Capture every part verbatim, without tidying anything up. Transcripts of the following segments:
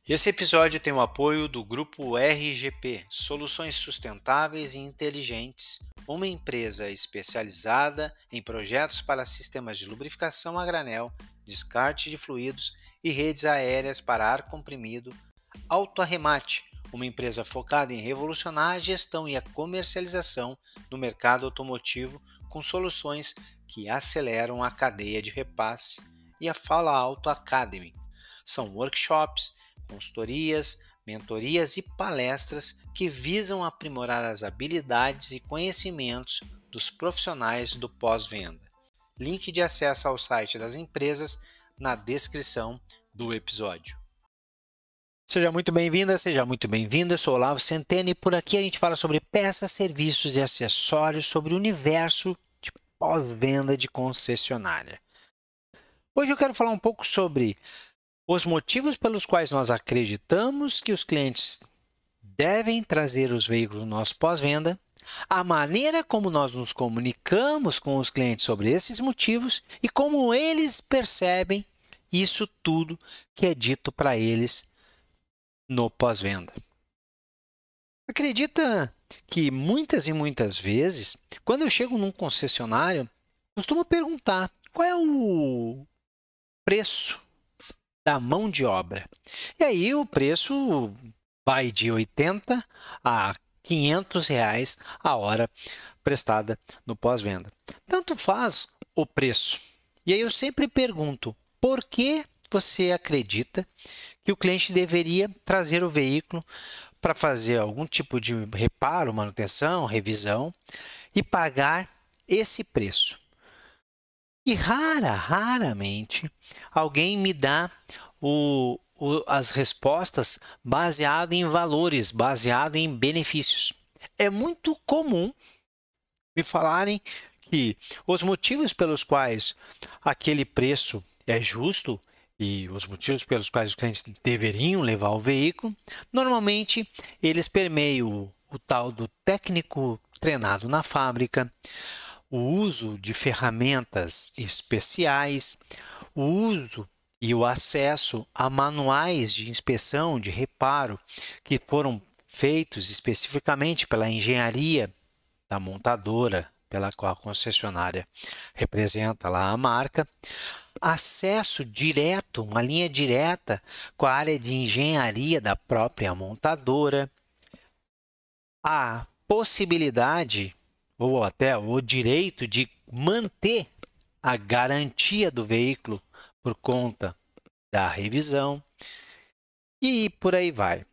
Esse episódio tem o apoio do Grupo R G P, Soluções Sustentáveis e Inteligentes, uma empresa especializada em projetos para sistemas de lubrificação a granel, descarte de fluidos e redes aéreas para ar comprimido. Autoarremate, uma empresa focada em revolucionar a gestão e a comercialização no mercado automotivo com soluções que aceleram a cadeia de repasse. E a Fala Auto Academy. São workshops, consultorias, mentorias e palestras que visam aprimorar as habilidades e conhecimentos dos profissionais do pós-venda. Link de acesso ao site das empresas na descrição do episódio. Seja muito bem-vinda, seja muito bem-vindo. Eu sou Olavo Centeno e por aqui a gente fala sobre peças, serviços e acessórios sobre o universo de pós-venda de concessionária. Hoje eu quero falar um pouco sobre os motivos pelos quais nós acreditamos que os clientes devem trazer os veículos no nosso pós-venda, a maneira como nós nos comunicamos com os clientes sobre esses motivos e como eles percebem isso tudo que é dito para eles no pós-venda. Acredita que muitas e muitas vezes, quando eu chego num concessionário, costumo perguntar qual é o preço da mão de obra. E aí o preço vai de oitenta a quinhentos reais a hora prestada no pós-venda. Tanto faz o preço. E aí eu sempre pergunto, por que você acredita que o cliente deveria trazer o veículo para fazer algum tipo de reparo, manutenção, revisão e pagar esse preço? E rara, raramente alguém me dá o, o, as respostas baseado em valores, baseado em benefícios. É muito comum me falarem que os motivos pelos quais aquele preço é justo e os motivos pelos quais os clientes deveriam levar o veículo, normalmente eles permeiam o, o tal do técnico treinado na fábrica, o uso de ferramentas especiais, o uso e o acesso a manuais de inspeção, de reparo, que foram feitos especificamente pela engenharia da montadora, pela qual a concessionária representa lá a marca, acesso direto, uma linha direta com a área de engenharia da própria montadora, a possibilidade ou até o direito de manter a garantia do veículo por conta da revisão e por aí vai.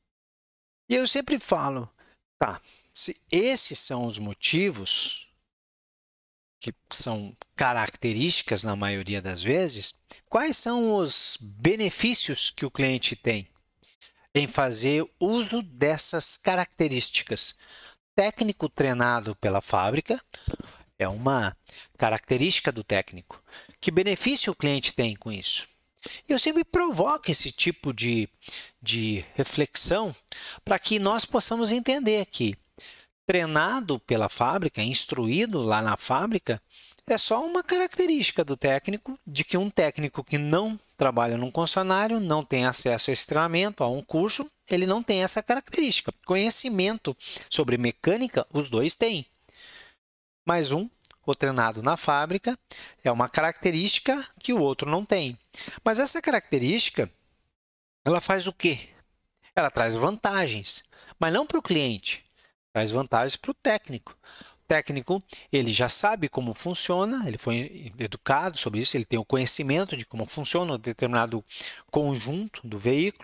E eu sempre falo, tá, se esses são os motivos, que são características na maioria das vezes, quais são os benefícios que o cliente tem em fazer uso dessas características? Técnico treinado pela fábrica é uma característica do técnico. Que benefício o cliente tem com isso? Eu sempre provoco esse tipo de, de reflexão para que nós possamos entender que treinado pela fábrica, instruído lá na fábrica, é só uma característica do técnico, de que um técnico que não trabalha num concessionário, não tem acesso a esse treinamento, a um curso, ele não tem essa característica. Conhecimento sobre mecânica, os dois têm. Mas um, o treinado na fábrica, é uma característica que o outro não tem. Mas essa característica, ela faz o quê? Ela traz vantagens, mas não para o cliente, traz vantagens para o técnico. O técnico, ele já sabe como funciona, ele foi educado sobre isso, ele tem o conhecimento de como funciona um determinado conjunto do veículo.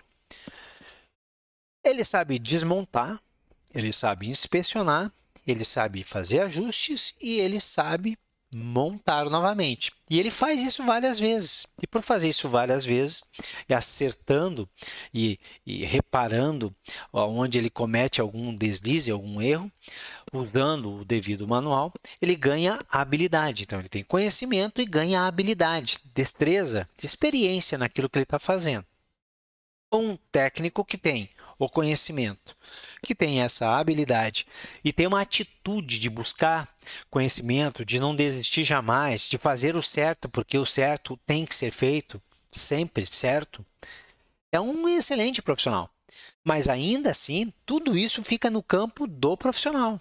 Ele sabe desmontar, ele sabe inspecionar, ele sabe fazer ajustes e ele sabe montar novamente. E ele faz isso várias vezes. E por fazer isso várias vezes, e acertando e, e reparando onde ele comete algum deslize, algum erro, usando o devido manual, ele ganha habilidade. Então, ele tem conhecimento e ganha habilidade, destreza, experiência naquilo que ele está fazendo. Um técnico que tem o conhecimento, que tem essa habilidade e tem uma atitude de buscar conhecimento, de não desistir jamais, de fazer o certo, porque o certo tem que ser feito, sempre certo, é um excelente profissional. Mas ainda assim, tudo isso fica no campo do profissional.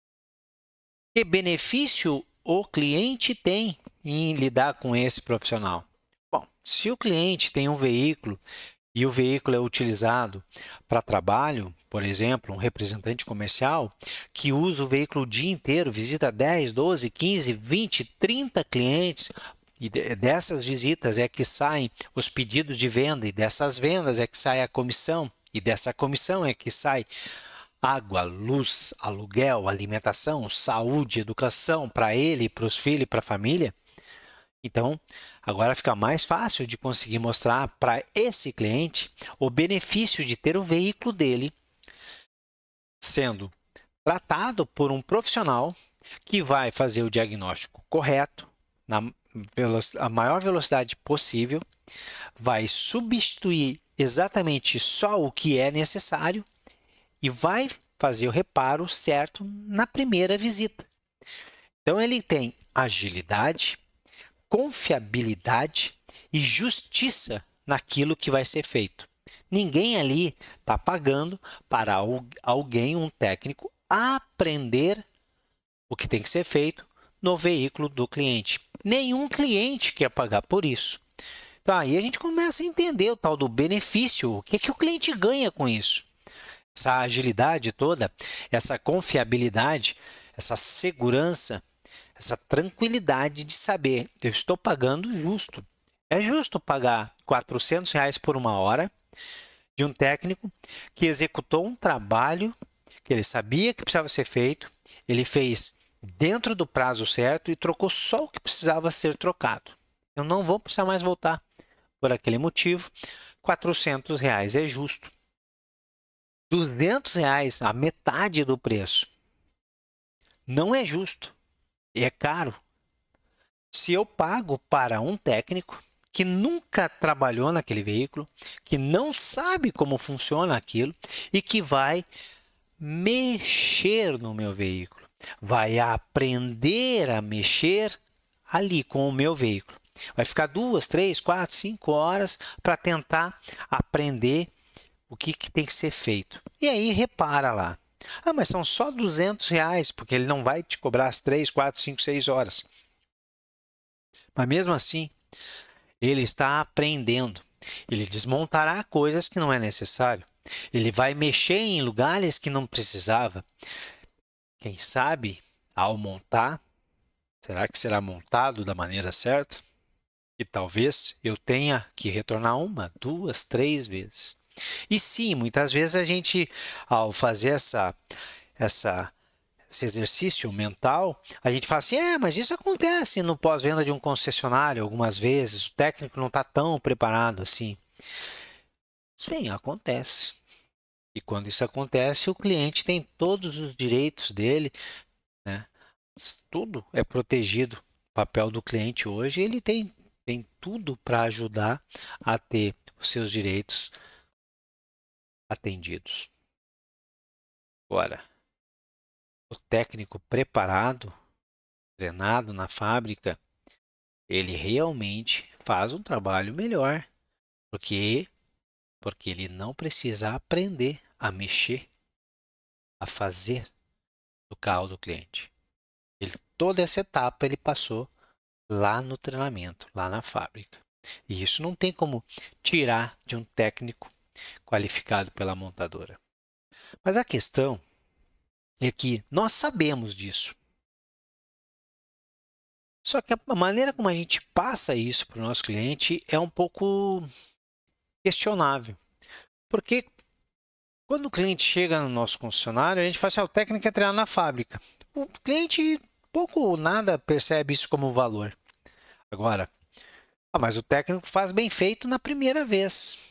Que benefício o cliente tem em lidar com esse profissional? Bom, se o cliente tem um veículo e o veículo é utilizado para trabalho, por exemplo, um representante comercial que usa o veículo o dia inteiro, visita dez, doze, quinze, vinte, trinta clientes, e dessas visitas é que saem os pedidos de venda, e dessas vendas é que sai a comissão, e dessa comissão é que sai água, luz, aluguel, alimentação, saúde, educação para ele, para os filhos, para a família. Então, agora fica mais fácil de conseguir mostrar para esse cliente o benefício de ter o veículo dele sendo tratado por um profissional que vai fazer o diagnóstico correto, na a maior velocidade possível, vai substituir exatamente só o que é necessário e vai fazer o reparo certo na primeira visita. Então, ele tem agilidade, confiabilidade e justiça naquilo que vai ser feito. Ninguém ali está pagando para alguém, um técnico, aprender o que tem que ser feito no veículo do cliente. Nenhum cliente quer pagar por isso. Então, aí a gente começa a entender o tal do benefício, o que, que o cliente ganha com isso. Essa agilidade toda, essa confiabilidade, essa segurança, essa tranquilidade de saber, eu estou pagando justo. É justo pagar quatrocentos reais por uma hora de um técnico que executou um trabalho que ele sabia que precisava ser feito, ele fez dentro do prazo certo e trocou só o que precisava ser trocado. Eu não vou precisar mais voltar por aquele motivo. quatrocentos reais é justo. duzentos reais, a metade do preço, não é justo. E é caro. Se eu pago para um técnico que nunca trabalhou naquele veículo, que não sabe como funciona aquilo e que vai mexer no meu veículo, vai aprender a mexer ali com o meu veículo. Vai ficar duas, três, quatro, cinco horas para tentar aprender o que, que tem que ser feito. E aí repara lá. Ah, mas são só duzentos reais, porque ele não vai te cobrar as três, quatro, cinco, seis horas. Mas mesmo assim, ele está aprendendo. Ele desmontará coisas que não é necessário. Ele vai mexer em lugares que não precisava. Quem sabe, ao montar, será que será montado da maneira certa? E talvez eu tenha que retornar uma, duas, três vezes. E sim, muitas vezes a gente, ao fazer essa, essa, esse exercício mental, a gente fala assim, é, mas isso acontece no pós-venda de um concessionário algumas vezes, o técnico não está tão preparado assim. Sim, acontece. E quando isso acontece, o cliente tem todos os direitos dele, né? Tudo é protegido. O papel do cliente hoje, ele tem, tem tudo para ajudar a ter os seus direitos atendidos. Agora, o técnico preparado, treinado na fábrica, ele realmente faz um trabalho melhor, porque, porque ele não precisa aprender a mexer, a fazer o carro do cliente. Ele, toda essa etapa ele passou lá no treinamento, lá na fábrica. E isso não tem como tirar de um técnico qualificado pela montadora. Mas a questão é que nós sabemos disso. Só que a maneira como a gente passa isso para o nosso cliente é um pouco questionável. Porque quando o cliente chega no nosso concessionário, a gente fala assim, ah, o técnico é treinado na fábrica. O cliente pouco ou nada percebe isso como valor. Agora, ah, mas o técnico faz bem feito na primeira vez.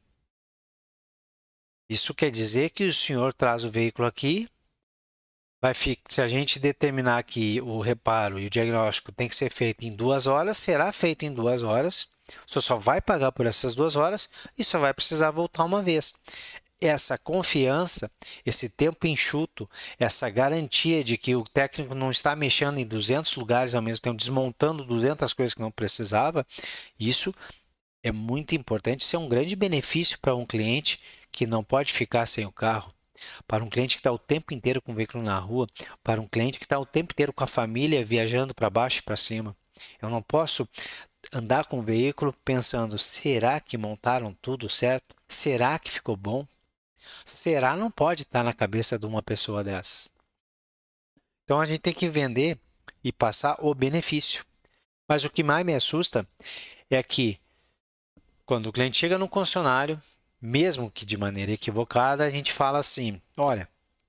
Isso quer dizer que o senhor traz o veículo aqui, vai ficar, se a gente determinar que o reparo e o diagnóstico tem que ser feito em duas horas, será feito em duas horas, o senhor só vai pagar por essas duas horas e só vai precisar voltar uma vez. Essa confiança, esse tempo enxuto, essa garantia de que o técnico não está mexendo em duzentos lugares ao mesmo tempo, desmontando duzentas coisas que não precisava, isso é muito importante, isso é um grande benefício para um cliente que não pode ficar sem o carro, para um cliente que está o tempo inteiro com o veículo na rua, para um cliente que está o tempo inteiro com a família viajando para baixo e para cima. Eu não posso andar com o veículo pensando, será que montaram tudo certo? Será que ficou bom? Será não pode estar na cabeça de uma pessoa dessa. Então a gente tem que vender e passar o benefício. Mas o que mais me assusta é que quando o cliente chega no concessionário, mesmo que de maneira equivocada, a gente fala assim, olha,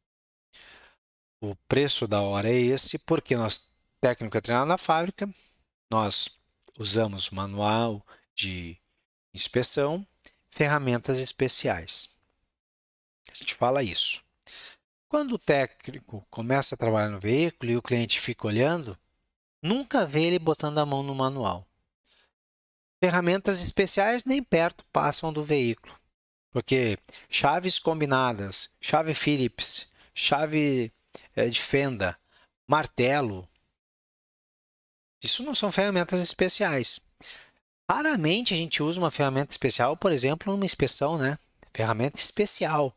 o preço da hora é esse porque nós, técnico é treinado na fábrica, nós usamos manual de inspeção, ferramentas especiais. A gente fala isso. Quando o técnico começa a trabalhar no veículo e o cliente fica olhando, nunca vê ele botando a mão no manual. Ferramentas especiais nem perto passam do veículo, porque chaves combinadas, chave Phillips, chave é, de fenda, martelo, isso não são ferramentas especiais. Raramente a gente usa uma ferramenta especial, por exemplo, numa inspeção, né? Ferramenta especial.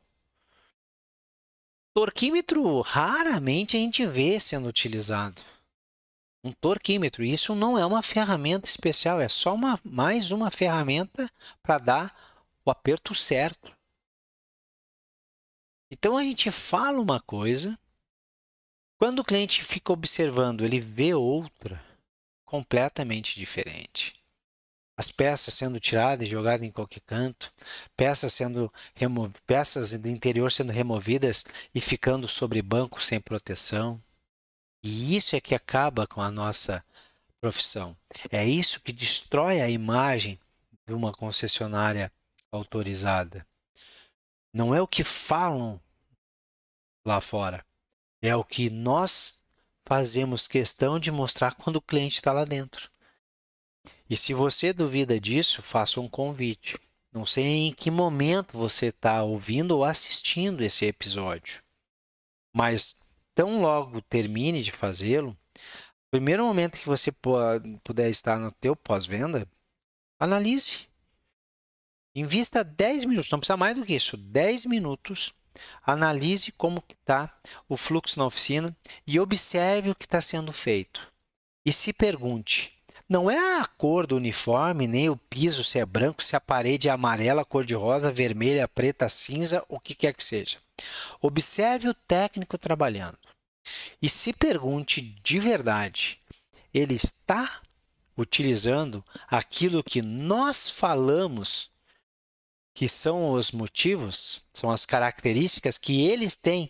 Torquímetro, raramente a gente vê sendo utilizado. Um torquímetro, isso não é uma ferramenta especial, é só uma, mais uma ferramenta para dar o aperto certo. Então a gente fala uma coisa, quando o cliente fica observando, ele vê outra completamente diferente. As peças sendo tiradas e jogadas em qualquer canto, peças sendo remo... peças do interior sendo removidas e ficando sobre banco sem proteção. E isso é que acaba com a nossa profissão. É isso que destrói a imagem de uma concessionária autorizada. Não é o que falam lá fora, é o que nós fazemos questão de mostrar quando o cliente está lá dentro. E se você duvida disso, faça um convite. Não sei em que momento você está ouvindo ou assistindo esse episódio, mas tão logo termine de fazê-lo, no primeiro momento que você puder estar no teu pós-venda, analise. Invista dez minutos, não precisa mais do que isso, dez minutos. Analise como está o fluxo na oficina e observe o que está sendo feito. E se pergunte, não é a cor do uniforme, nem o piso, se é branco, se a parede é amarela, cor-de-rosa, vermelha, preta, cinza, o que quer que seja. Observe o técnico trabalhando e se pergunte de verdade, ele está utilizando aquilo que nós falamos que são os motivos, são as características que eles têm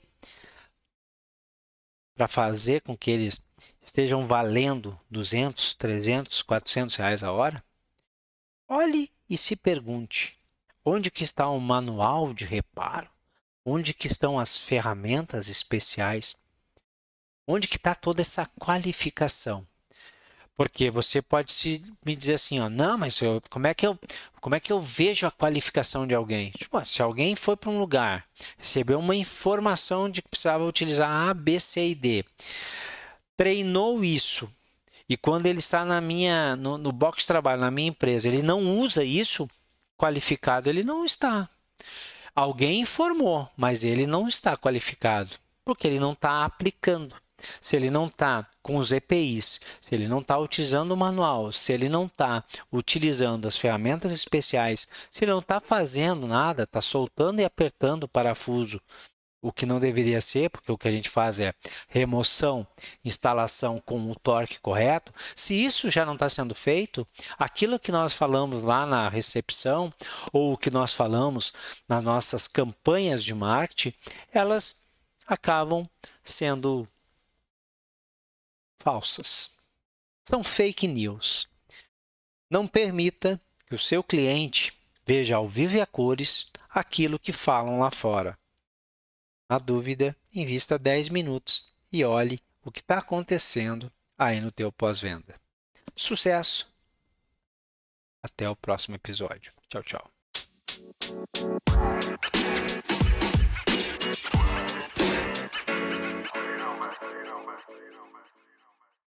para fazer com que eles estejam valendo duzentos, trezentos, quatrocentos reais a hora? Olhe e se pergunte, onde que está o manual de reparo? Onde que estão as ferramentas especiais? Onde que está toda essa qualificação? Porque você pode se, me dizer assim, ó, não, mas eu, como, é que eu, como é que eu vejo a qualificação de alguém? Tipo, se alguém foi para um lugar, recebeu uma informação de que precisava utilizar A, B, C e D, treinou isso, e quando ele está na minha, no, no box de trabalho, na minha empresa, ele não usa isso qualificado, ele não está. Alguém informou, mas ele não está qualificado, porque ele não está aplicando. Se ele não está com os E P Is, se ele não está utilizando o manual, se ele não está utilizando as ferramentas especiais, se ele não está fazendo nada, está soltando e apertando o parafuso, o que não deveria ser, porque o que a gente faz é remoção, instalação com o torque correto. Se isso já não está sendo feito, aquilo que nós falamos lá na recepção ou o que nós falamos nas nossas campanhas de marketing, elas acabam sendo falsas. São fake news. Não permita que o seu cliente veja ao vivo e a cores aquilo que falam lá fora. Na dúvida, invista dez minutos e olhe o que está acontecendo aí no teu pós-venda. Sucesso! Até o próximo episódio. Tchau, tchau.